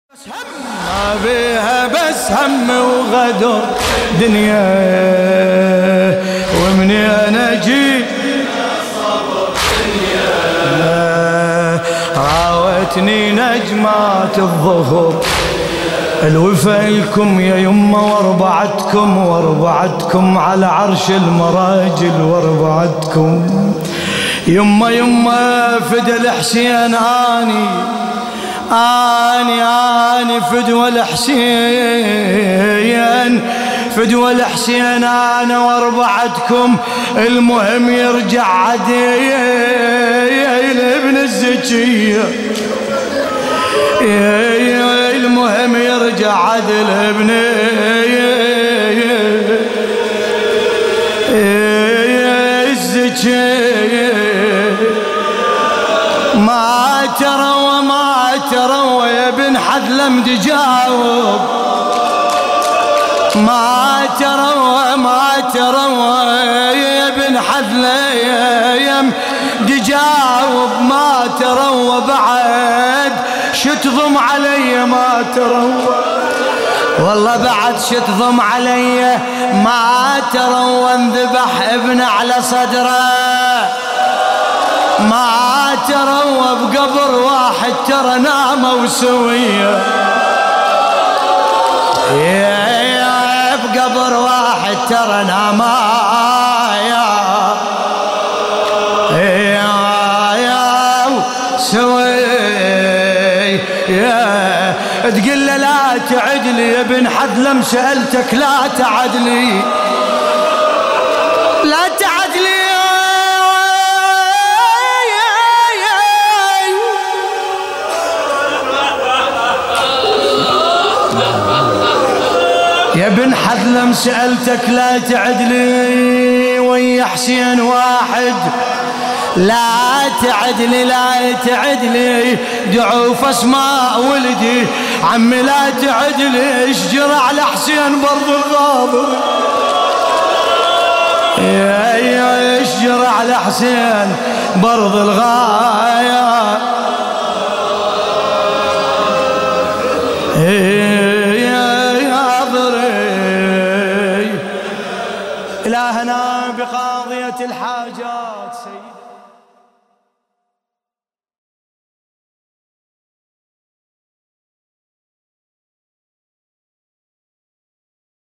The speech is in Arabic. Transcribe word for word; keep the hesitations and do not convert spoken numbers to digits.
ما بيها بس هم وغدر دنيا، ومني انا جيت راوتني نجمات الظهر. الوفا لكم يا يمه واربعتكم، واربعتكم على عرش المراجل واربعتكم. يمه يمه فدى الحسين اني اني اني فدوى الحسين، فدوى الحسين انا واربعتكم. المهم يرجع عديل ابن الزكيه، المهم يرجع عدل ابن الزكيه. ما ترى وما ترى يا بن حذلم تجاوب، ما ترى وما ترى يا بن حذلم تجاوب. ما ترى وبعد شتضم علي، ما ترى والله بعد شتضم علي. ما ترى وانذبح ابن على صدره، ما ترى بقبر واحد ترى ناموا سويه، يا بقبر واحد ترى ناموا سويه. تقول له لا تعدلي يا بن حذلم، سألتك لا تعدلي لا تعدلي يا بن حذلم، سألتك لا تعدلي ويا حسين واحد. لا تعدلي لا تعدلي ضعوف اسماء ولدي عمي، لا تعدلي اشجر على حسين برضو الغاضب، يا يا اشجر على حسين برضو الغاية. يا يا ضري إلهنا بقاضية الحاجات سيد.